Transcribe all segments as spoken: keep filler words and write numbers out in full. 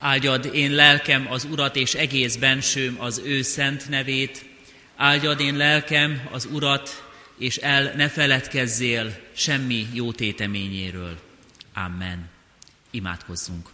Áldjad én lelkem az Urat, és egész bensőm az ő szent nevét. Áldjad én lelkem az Urat, és el ne feledkezzél semmi jó téteményéről. Amen. Imádkozzunk.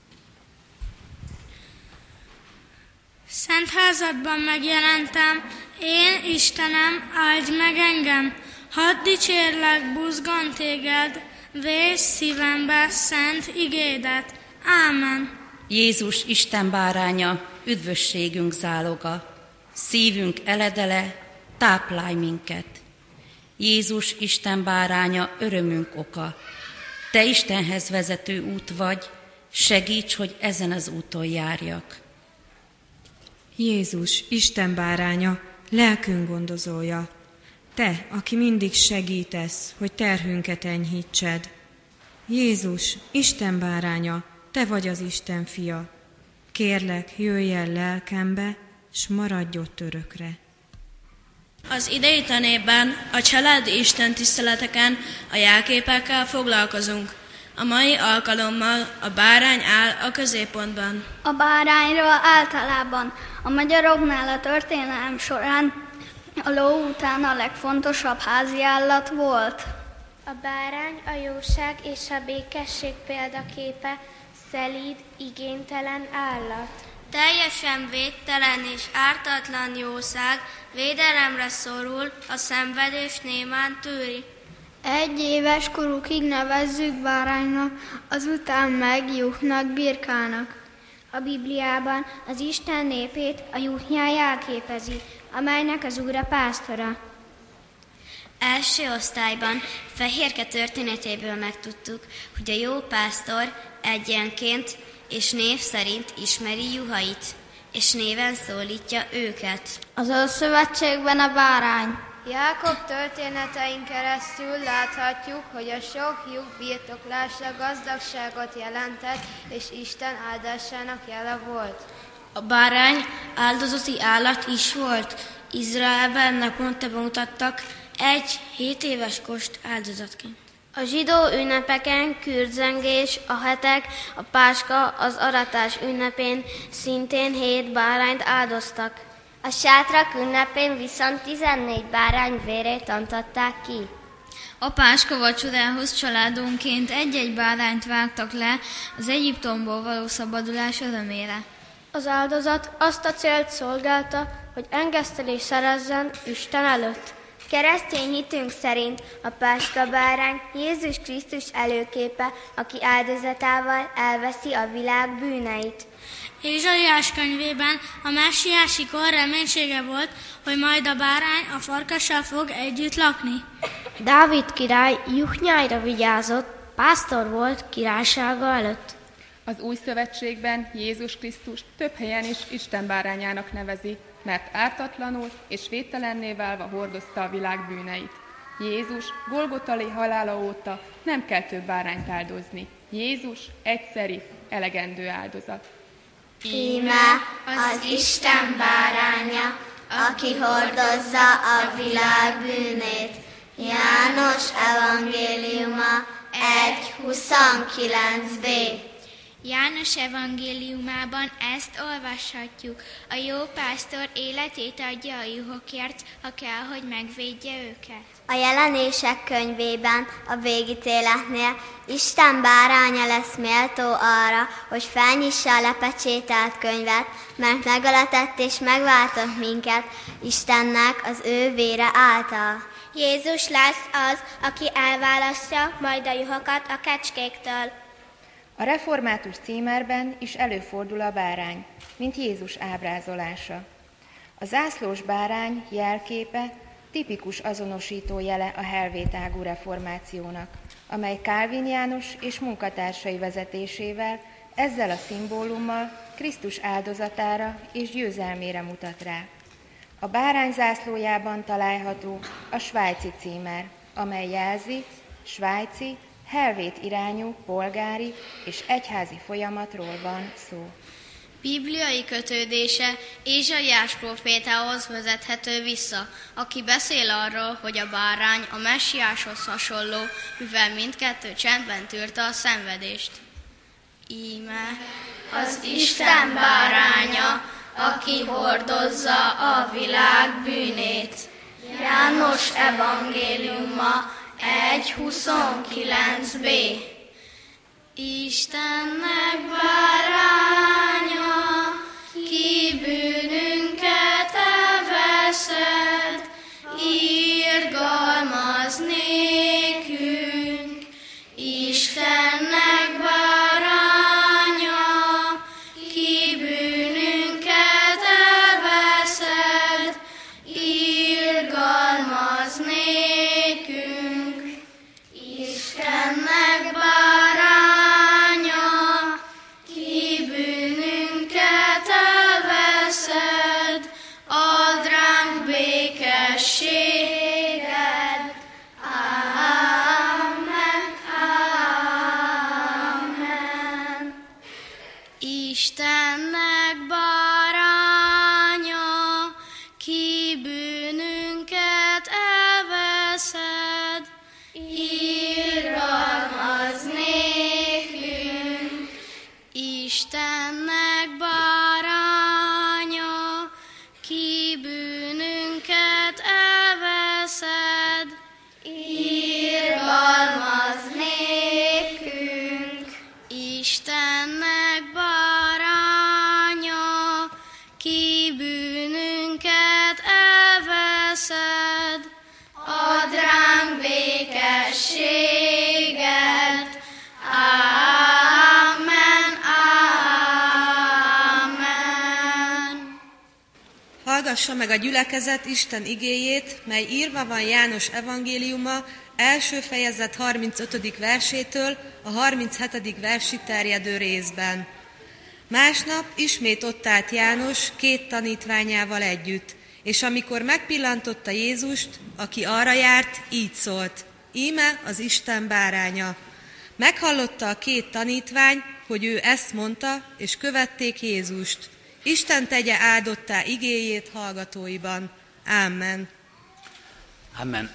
Szent házadban megjelentem, én, Istenem, áldj meg engem, hadd dicsérlek buzgón téged, véss szívembe szent igédet. Ámen. Jézus Isten báránya, üdvösségünk záloga, szívünk eledele, táplálj minket. Jézus Isten báránya, örömünk oka, te Istenhez vezető út vagy, segíts, hogy ezen az úton járjak. Jézus Isten báránya, lelkünk gondozója, te, aki mindig segítesz, hogy terhünket enyhítsed. Jézus Isten báránya, te vagy az Isten fia. Kérlek, jöjj el lelkembe, s maradj ott örökre. Az idei tanében a családi istentiszteleteken a jelképekkel foglalkozunk. A mai alkalommal a bárány áll a középpontban. A bárányról általában a magyaroknál a történelem során a ló után a legfontosabb háziállat volt. A bárány a jóság és a békesség példaképe, szelíd, igénytelen állat. Teljesen védtelen és ártatlan jószág, védelemre szorul, a szenvedés némán tűri. Egy éves korukig nevezzük báránynak, azután meg juhnak, birkának. A Bibliában az Isten népét a juhnyá jelképezi, amelynek az Úr a pásztora. Első osztályban Fehérke történetéből megtudtuk, hogy a jó pásztor egyenként és név szerint ismeri juhait, és néven szólítja őket. Az Ószövetségben a bárány. Jákob történetein keresztül láthatjuk, hogy a sok juh birtoklása gazdagságot jelentett, és Isten áldásának jele volt. A bárány áldozati állat is volt. Izraelben naponta bemutattak egy hét éves kost áldozatként. A zsidó ünnepeken kürdzengés, a hetek, a páska, az aratás ünnepén szintén hét bárányt áldoztak. A sátrak ünnepén viszont tizennégy bárány vérét ontatták ki. A páska vacsorához családonként egy-egy bárányt vágtak le az Egyiptomból való szabadulás örömére. Az áldozat azt a célt szolgálta, hogy engesztelést szerezzen Isten előtt. Keresztény hitünk szerint a páska bárány Jézus Krisztus előképe, aki áldozatával elveszi a világ bűneit. Ézsaiás könyvében a messiási kor reménysége volt, hogy majd a bárány a farkassal fog együtt lakni. Dávid király juhnyáira vigyázott, pásztor volt királysága előtt. Az új szövetségben Jézus Krisztus több helyen is Isten bárányának nevezi, mert ártatlanul és védtelenné válva hordozta a világ bűneit. Jézus golgotali halála óta nem kell több bárányt áldozni. Jézus egyszeri, elegendő áldozat. Íme az Isten báránya, aki hordozza a világ bűnét. János evangéliuma egy huszonkilenc b. János evangéliumában ezt olvashatjuk. A jó pásztor életét adja a juhokért, ha kell, hogy megvédje őket. A Jelenések könyvében, a végítéletnél Isten báránya lesz méltó arra, hogy felnyissa a lepecsételt könyvet, mert megöletett és megváltott minket Istennek az ő vére által. Jézus lesz az, aki elválasztja majd a juhokat a kecskéktől. A református címerben is előfordul a bárány, mint Jézus ábrázolása. A zászlós bárány jelképe tipikus azonosító jele a helvétágú reformációnak, amely Kálvin János és munkatársai vezetésével ezzel a szimbólummal Krisztus áldozatára és győzelmére mutat rá. A bárány zászlójában található a svájci címer, amely jelzi svájci, helvét irányú, polgári és egyházi folyamatról van szó. Bibliai kötődése Ézsaiás prófétához vezethető vissza, aki beszél arról, hogy a bárány a messiáshoz hasonló, mivel mindkettő csendben tűrte a szenvedést. Íme az Isten báránya, aki hordozza a világ bűnét. János evangéliuma egy huszonkilenc b. Istennek báránya, ki bűnünket elveszed, irgalmaz nékünk. Istennek báránya, ki bűnünket elveszed, irgalmaz nékünk. Istennek báránya, ki bűnünket elveszed, add ránk békességet. Amen, amen. Istennek báránya, ki bűnünket elveszed, irgalmaz nékünk. Istennek báránya, ki bűnünket elveszed, irgalmaz nékünk. Istennek báránya, ki bűnünket elveszed, add ránk békességet. Amen, amen. Hallgassa meg a gyülekezet Isten igéjét, mely írva van János evangéliuma első fejezet harmincötödik versétől a harminchetedik versig terjedő részben. Másnap ismét ott állt János két tanítványával együtt, és amikor megpillantotta Jézust, aki arra járt, így szólt: íme az Isten báránya. Meghallotta a két tanítvány, hogy ő ezt mondta, és követték Jézust. Isten tegye áldottá igéjét hallgatóiban. Amen. Amen.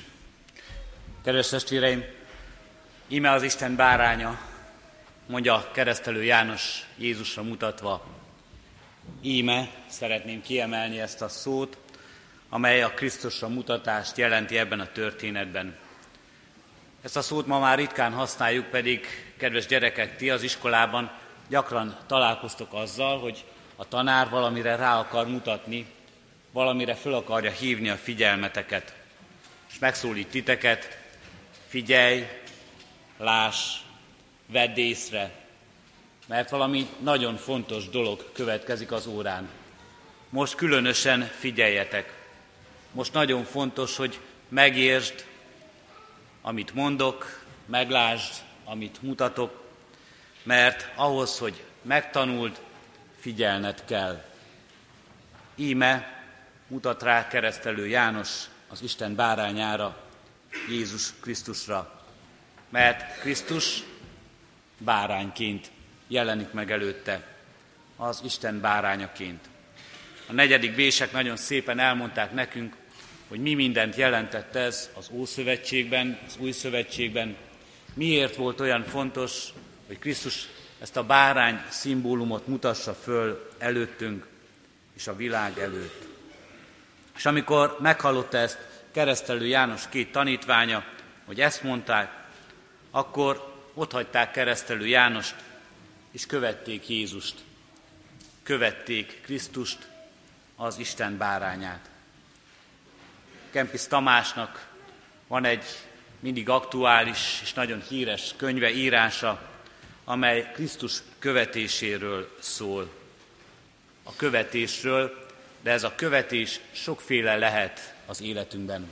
Kedves testvéreim, íme az Isten báránya, mondja keresztelő János Jézusra mutatva. Íme, szeretném kiemelni ezt a szót, amely a Krisztusra mutatást jelenti ebben a történetben. Ezt a szót ma már ritkán használjuk, pedig, kedves gyerekek, ti az iskolában gyakran találkoztok azzal, hogy a tanár valamire rá akar mutatni, valamire föl akarja hívni a figyelmeteket, és megszólít titeket: figyelj, láss, vedd észre, mert valami nagyon fontos dolog következik az órán. Most különösen figyeljetek. Most nagyon fontos, hogy megértsd, amit mondok, meglásd, amit mutatok, mert ahhoz, hogy megtanuld, figyelned kell. Íme mutat rá keresztelő János az Isten bárányára, Jézus Krisztusra, mert Krisztus bárányként jelenik meg előtte, az Isten bárányaként. A negyedik vések nagyon szépen elmondták nekünk, hogy mi mindent jelentett ez az Ószövetségben, az Új Szövetségben, miért volt olyan fontos, hogy Krisztus ezt a bárány szimbólumot mutassa föl előttünk és a világ előtt. És amikor meghallotta ezt keresztelő János két tanítványa, hogy ezt mondták, akkor otthagyták keresztelő Jánost, és követték Jézust. Követték Krisztust, az Isten bárányát. Kempis Tamásnak van egy mindig aktuális és nagyon híres könyve, írása, amely Krisztus követéséről szól. A követésről, de ez a követés sokféle lehet az életünkben.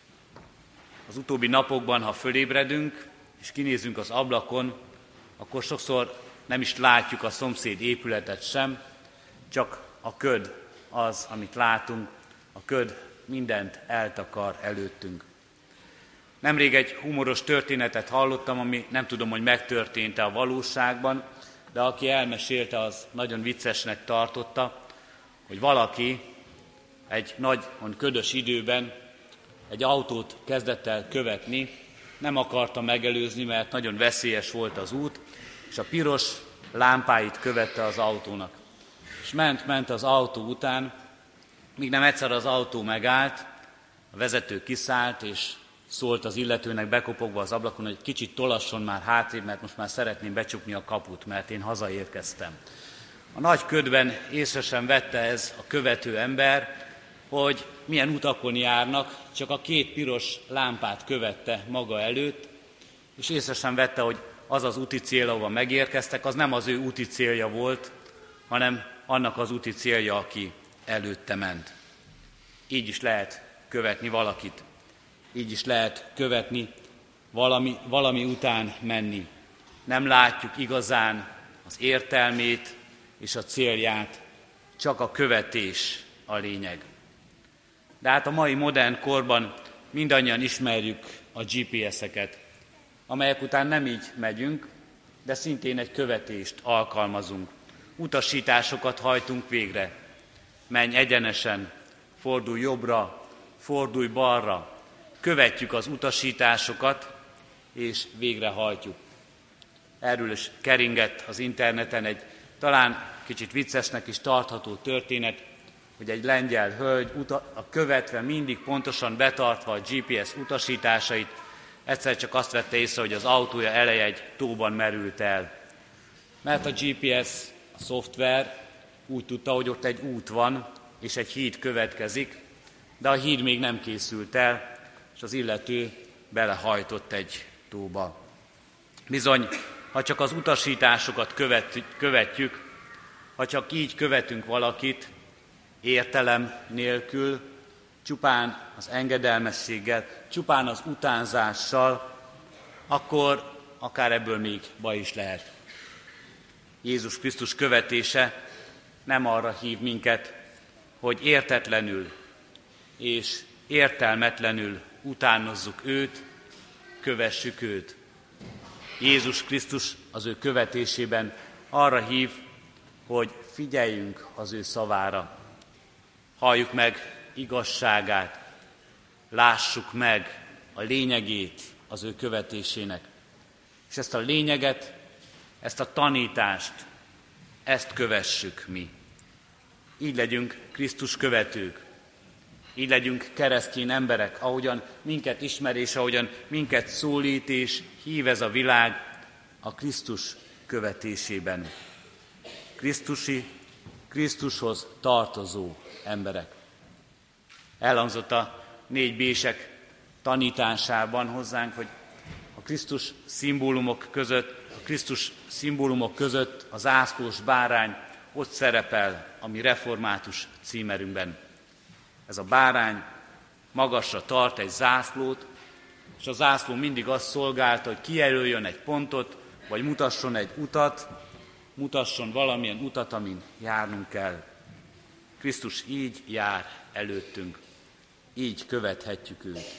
Az utóbbi napokban, ha fölébredünk, és kinézünk az ablakon, akkor sokszor nem is látjuk a szomszéd épületet sem, csak a köd az, amit látunk, a köd mindent eltakar előttünk. Nemrég egy humoros történetet hallottam, ami nem tudom, hogy megtörtént-e a valóságban, de aki elmesélte, az nagyon viccesnek tartotta, hogy valaki egy nagyon ködös időben egy autót kezdett el követni, nem akarta megelőzni, mert nagyon veszélyes volt az út, és a piros lámpáit követte az autónak. És ment-ment az autó után, míg nem egyszer az autó megállt, a vezető kiszállt, és szólt az illetőnek bekopogva az ablakon, hogy kicsit tolasson már hátrébb, mert most már szeretném becsukni a kaput, mert én hazaérkeztem. A nagy ködben észre sem vette ez a követő ember, hogy milyen utakon járnak, csak a két piros lámpát követte maga előtt, és észre sem vette, hogy az az úti cél, ahova megérkeztek, az nem az ő úti célja volt, hanem annak az úti célja, aki előtte ment. Így is lehet követni valakit. Így is lehet követni, valami, valami után menni. Nem látjuk igazán az értelmét és a célját, csak a követés a lényeg. De hát a mai modern korban mindannyian ismerjük a gé pé es-eket, amelyek után nem így megyünk, de szintén egy követést alkalmazunk. Utasításokat hajtunk végre. Menj egyenesen, fordulj jobbra, fordulj balra. Követjük az utasításokat, és végrehajtjuk. Erről is keringett az interneten egy talán kicsit viccesnek is tartható történet, hogy egy lengyel hölgy a követve, mindig pontosan betartva a gé pé es utasításait, egyszer csak azt vette észre, hogy az autója eleje egy tóban merült el. Mert a gé pé es, a szoftver úgy tudta, hogy ott egy út van, és egy híd következik, de a híd még nem készült el, és az illető belehajtott egy tóba. Bizony, ha csak az utasításokat követjük, ha csak így követünk valakit, értelem nélkül, csupán az engedelmességgel, csupán az utánzással, akkor akár ebből még baj is lehet. Jézus Krisztus követése nem arra hív minket, hogy értetlenül és értelmetlenül utánozzuk őt, kövessük őt. Jézus Krisztus az ő követésében arra hív, hogy figyeljünk az ő szavára. Halljuk meg igazságát, lássuk meg a lényegét az ő követésének. És ezt a lényeget, ezt a tanítást, ezt kövessük mi. Így legyünk Krisztus követők. Így legyünk keresztény emberek, ahogyan minket ismer és ahogyan minket szólít és hív ez a világ a Krisztus követésében. Krisztusi, Krisztushoz tartozó emberek. Elhangzott a négy bések tanításában hozzánk, hogy a Krisztus szimbólumok között, a Krisztus szimbólumok között a zászlós bárány ott szerepel a mi református címerünkben. Ez a bárány magasra tart egy zászlót, és a zászló mindig azt szolgálta, hogy kijelöljön egy pontot, vagy mutasson egy utat, mutasson valamilyen utat, amin járnunk kell. Krisztus így jár előttünk, így követhetjük őt.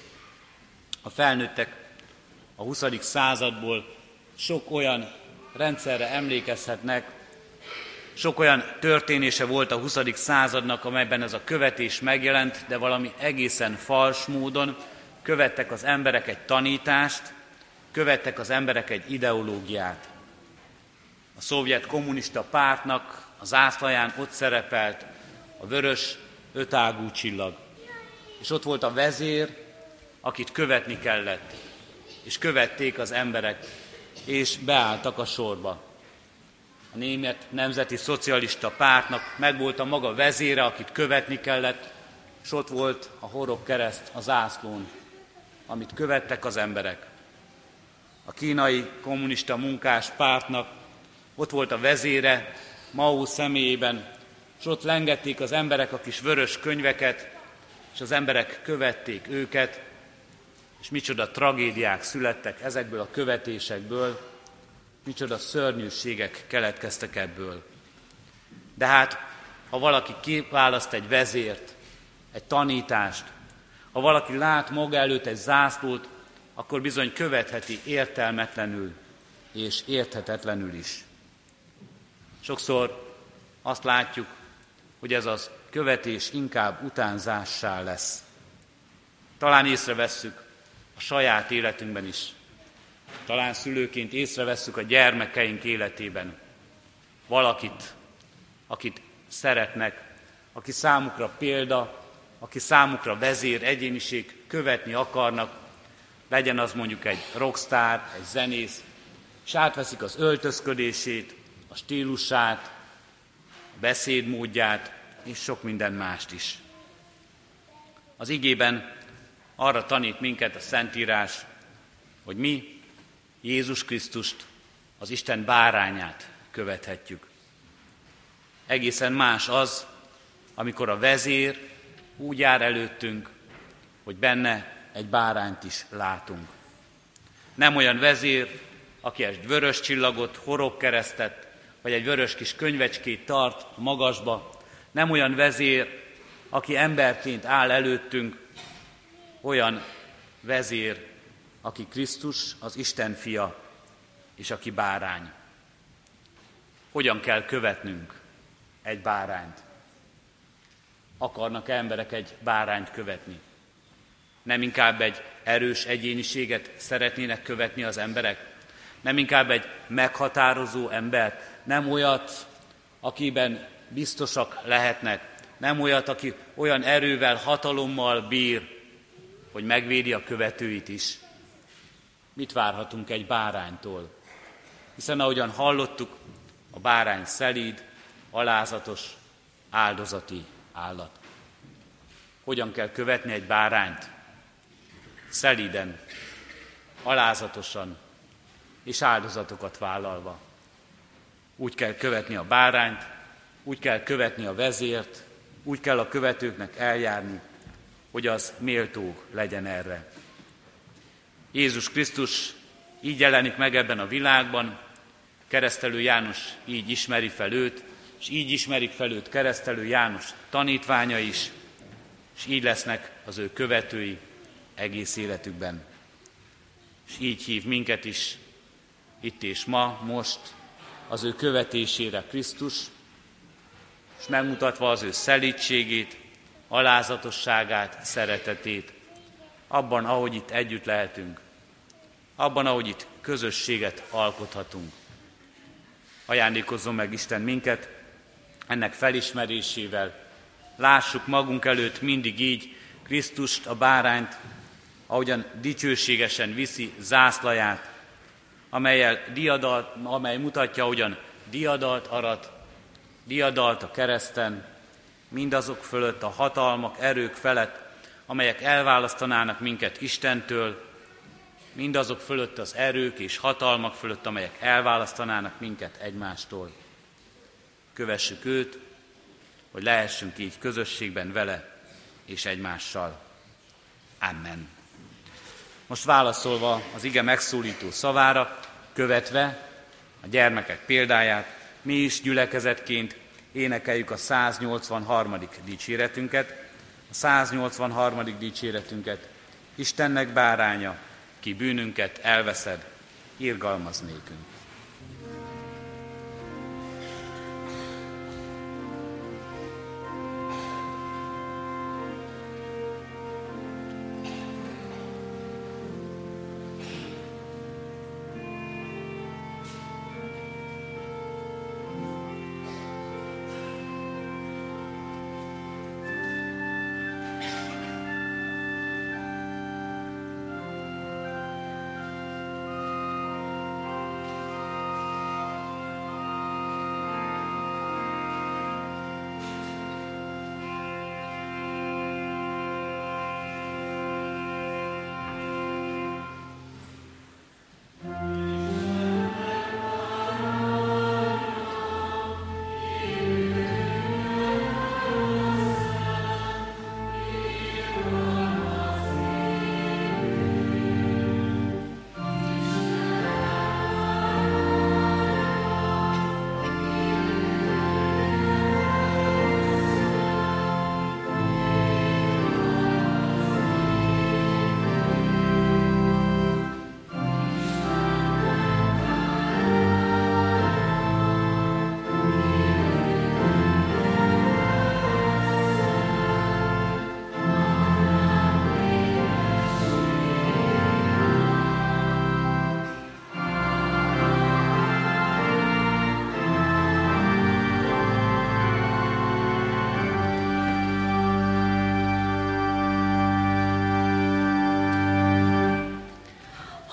A felnőttek a huszadik századból sok olyan rendszerre emlékezhetnek, sok olyan történése volt a huszadik századnak, amelyben ez a követés megjelent, de valami egészen fals módon követtek az emberek egy tanítást, követtek az emberek egy ideológiát. A szovjet kommunista pártnak a zászlaján ott szerepelt a vörös ötágú csillag. És ott volt a vezér, akit követni kellett. És követték az emberek, és beálltak a sorba. A német nemzeti szocialista pártnak megvolt a maga vezére, akit követni kellett, és ott volt a horog kereszt a zászlón, amit követtek az emberek. A kínai kommunista munkás pártnak ott volt a vezére, Mao személyében, és ott lengették az emberek a kis vörös könyveket, és az emberek követték őket, és micsoda tragédiák születtek ezekből a követésekből, micsoda szörnyűségek keletkeztek ebből. De hát, ha valaki kiválaszt egy vezért, egy tanítást, ha valaki lát maga előtt egy zászlót, akkor bizony követheti értelmetlenül és érthetetlenül is. Sokszor azt látjuk, hogy ez az követés inkább utánzássá lesz. Talán észrevesszük a saját életünkben is. Talán szülőként észrevesszük a gyermekeink életében valakit, akit szeretnek, aki számukra példa, aki számukra vezér, egyéniség, követni akarnak, legyen az mondjuk egy rockstar, egy zenész, és átveszik az öltözködését, a stílusát, a beszédmódját, és sok minden mást is. Az igében arra tanít minket a Szentírás, hogy mi Jézus Krisztust, az Isten bárányát követhetjük. Egészen más az, amikor a vezér úgy jár előttünk, hogy benne egy bárányt is látunk. Nem olyan vezér, aki egy vörös csillagot, horogkeresztet, vagy egy vörös kis könyvecskét tart a magasba. Nem olyan vezér, aki emberként áll előttünk, olyan vezér, aki Krisztus, az Isten fia, és aki bárány. Hogyan kell követnünk egy bárányt? Akarnak emberek egy bárányt követni? Nem inkább egy erős egyéniséget szeretnének követni az emberek? Nem inkább egy meghatározó embert? Nem olyat, akiben biztosak lehetnek? Nem olyat, aki olyan erővel, hatalommal bír, hogy megvédi a követőit is? Mit várhatunk egy báránytól? Hiszen ahogyan hallottuk, a bárány szelíd, alázatos, áldozati állat. Hogyan kell követni egy bárányt? Szelíden, alázatosan és áldozatokat vállalva. Úgy kell követni a bárányt, úgy kell követni a vezért, úgy kell a követőknek eljárni, hogy az méltó legyen erre. Jézus Krisztus így jelenik meg ebben a világban, Keresztelő János így ismeri fel őt, és így ismerik fel őt Keresztelő János tanítványa is, és így lesznek az ő követői egész életükben. És így hív minket is, itt és ma, most, az ő követésére Krisztus, és megmutatva az ő szelídségét, alázatosságát, szeretetét, abban, ahogy itt együtt lehetünk, abban, ahogy itt közösséget alkothatunk. Ajándékozzon meg Isten minket ennek felismerésével. Lássuk magunk előtt mindig így Krisztust, a bárányt, ahogyan dicsőségesen viszi zászlaját, amelyel diadalt, amely mutatja, ahogyan diadalt arat, diadalt a kereszten, mindazok fölött, a hatalmak, erők felett, amelyek elválasztanának minket Istentől, mindazok fölött az erők és hatalmak fölött, amelyek elválasztanának minket egymástól. Kövessük őt, hogy lehessünk így közösségben vele és egymással. Amen. Most válaszolva az ige megszólító szavára, követve a gyermekek példáját, mi is gyülekezetként énekeljük a száznyolcvanharmadik dicséretünket. A száznyolcvanharmadik dicséretünket: Istennek báránya, ki bűnünket elveszed, irgalmaz nékünk.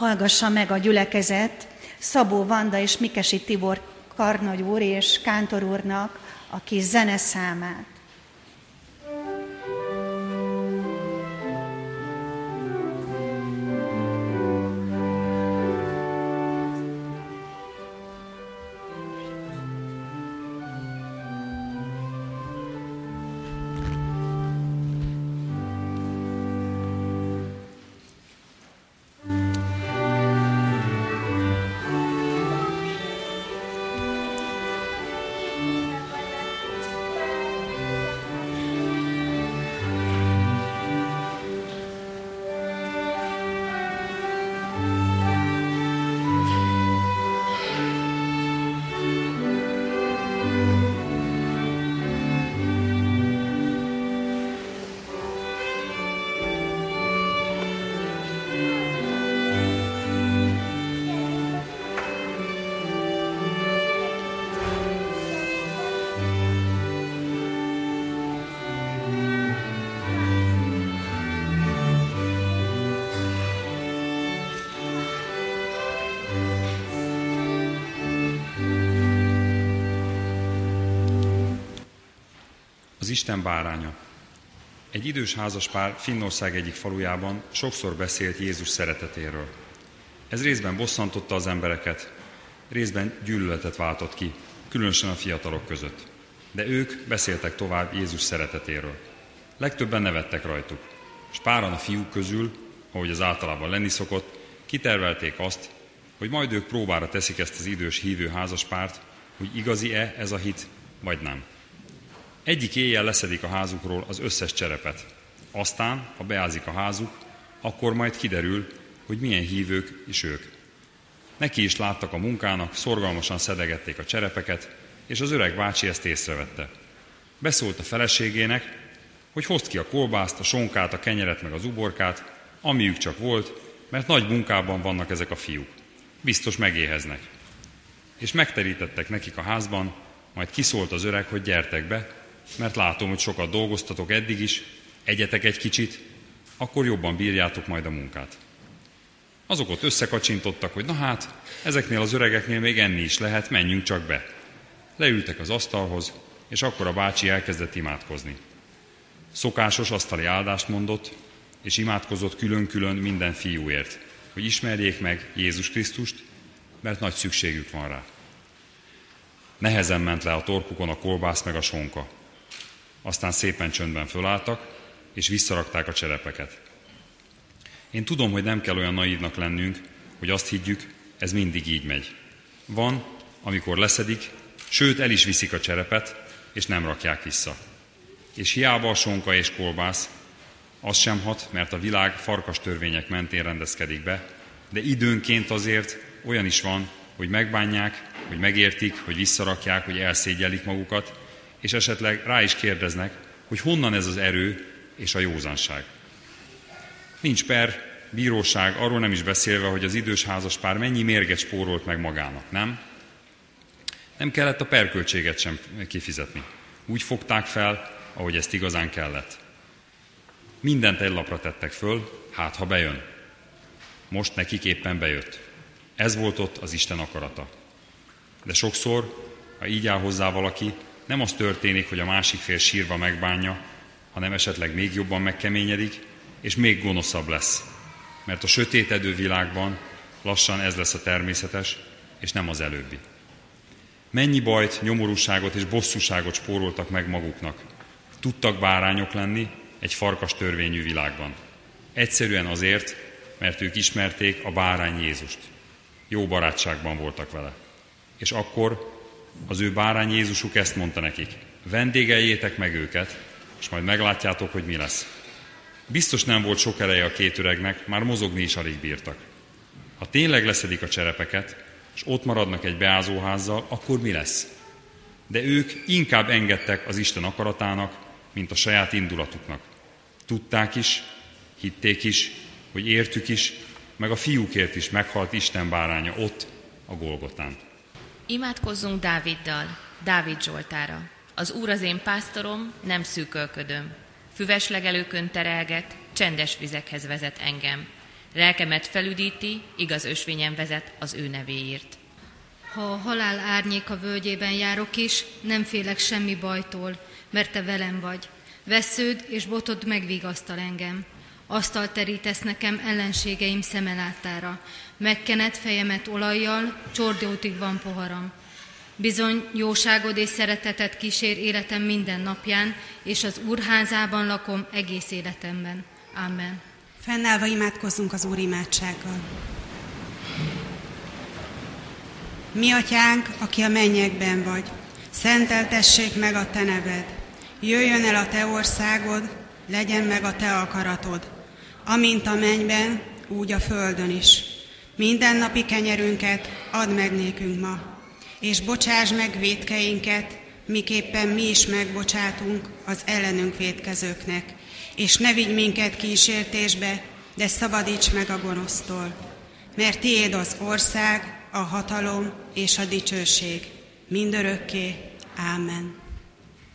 hallgassa meg a gyülekezet Szabó Vanda és Mikesi Tibor karnagy úr és kántor úrnak a kis zeneszámát. Az Isten báránya. Egy idős házaspár Finnország egyik falujában sokszor beszélt Jézus szeretetéről. Ez részben bosszantotta az embereket, részben gyűlöletet váltott ki, különösen a fiatalok között. De ők beszéltek tovább Jézus szeretetéről. Legtöbben nevettek rajtuk, és páran a fiúk közül, ahogy az általában lenni szokott, kitervelték azt, hogy majd ők próbára teszik ezt az idős hívő házaspárt, hogy igazi-e ez a hit, vagy nem. Egyik éjjel leszedik a házukról az összes cserepet. Aztán, ha beázik a házuk, akkor majd kiderül, hogy milyen hívők is ők. Neki is láttak a munkának, szorgalmasan szedegették a cserepeket, és az öreg bácsi ezt észrevette. Beszólt a feleségének, hogy hozd ki a kolbászt, a sonkát, a kenyeret meg az uborkát, amiük csak volt, mert nagy munkában vannak ezek a fiúk. Biztos megéheznek. És megterítettek nekik a házban, majd kiszólt az öreg, hogy gyertek be, mert látom, hogy sokat dolgoztatok eddig is, egyetek egy kicsit, akkor jobban bírjátok majd a munkát. Azok ott összekacsintottak, hogy na hát, ezeknél az öregeknél még enni is lehet, menjünk csak be. Leültek az asztalhoz, és akkor a bácsi elkezdett imádkozni. Szokásos asztali áldást mondott, és imádkozott külön-külön minden fiúért, hogy ismerjék meg Jézus Krisztust, mert nagy szükségük van rá. Nehezen ment le a torkukon a kolbász meg a sonka. Aztán szépen csöndben fölálltak, és visszarakták a cserepeket. Én tudom, hogy nem kell olyan naívnak lennünk, hogy azt higgyük, ez mindig így megy. Van, amikor leszedik, sőt el is viszik a cserepet, és nem rakják vissza. És hiába a sonka és kolbász, az sem hat, mert a világ farkas törvények mentén rendezkedik be, de időnként azért olyan is van, hogy megbánják, hogy megértik, hogy visszarakják, hogy elszégyellik magukat, és esetleg rá is kérdeznek, hogy honnan ez az erő és a józanság. Nincs per, bíróság, arról nem is beszélve, hogy az idős házaspár mennyi mérget spórolt meg magának, nem? Nem kellett a perköltséget sem kifizetni. Úgy fogták fel, ahogy ezt igazán kellett. Mindent egy lapra tettek föl, hát ha bejön. Most nekik éppen bejött. Ez volt ott az Isten akarata. De sokszor, ha így áll hozzá valaki, nem az történik, hogy a másik fél sírva megbánja, hanem esetleg még jobban megkeményedik, és még gonoszabb lesz. Mert a sötétedő világban lassan ez lesz a természetes, és nem az előbbi. Mennyi bajt, nyomorúságot és bosszúságot spóroltak meg maguknak. Tudtak bárányok lenni egy farkas törvényű világban. Egyszerűen azért, mert ők ismerték a bárány Jézust. Jó barátságban voltak vele. És akkor az ő bárány Jézusuk ezt mondta nekik: vendégeljétek meg őket, és majd meglátjátok, hogy mi lesz. Biztos nem volt sok ereje a két öregnek, már mozogni is alig bírtak. Ha tényleg leszedik a cserepeket, és ott maradnak egy beázóházzal, akkor mi lesz? De ők inkább engedtek az Isten akaratának, mint a saját indulatuknak. Tudták is, hitték is, hogy értük is, meg a fiúkért is meghalt Isten báránya ott, a Golgotán. Imádkozzunk Dáviddal, Dávid Zsoltára. Az Úr az én pásztorom, nem szűkölködöm. Füves legelőkön terelget, csendes vizekhez vezet engem. Lelkemet felüdíti, igaz ösvényen vezet az ő nevéért. Ha a halál árnyéka völgyében járok is, nem félek semmi bajtól, mert te velem vagy. Vessződ és botod megvigasztal engem. Asztalt terítesz nekem ellenségeim szemelátára. Megkened fejemet olajjal, csordótig van poharam. Bizony, jóságod és szereteted kísér életem minden napján, és az Úr házában lakom egész életemben. Amen. Fennállva imádkozzunk az Úr imádsággal. Mi atyánk, aki a mennyekben vagy, szenteltessék meg a te neved. Jöjjön el a te országod, legyen meg a te akaratod, amint a mennyben, úgy a földön is. Mindennapi kenyerünket add meg nékünk ma, és bocsáss meg vétkeinket, miképpen mi is megbocsátunk az ellenünk vétkezőknek. És ne vigy minket kísértésbe, de szabadíts meg a gonosztól. Mert tiéd az ország, a hatalom és a dicsőség mindörökké. Ámen.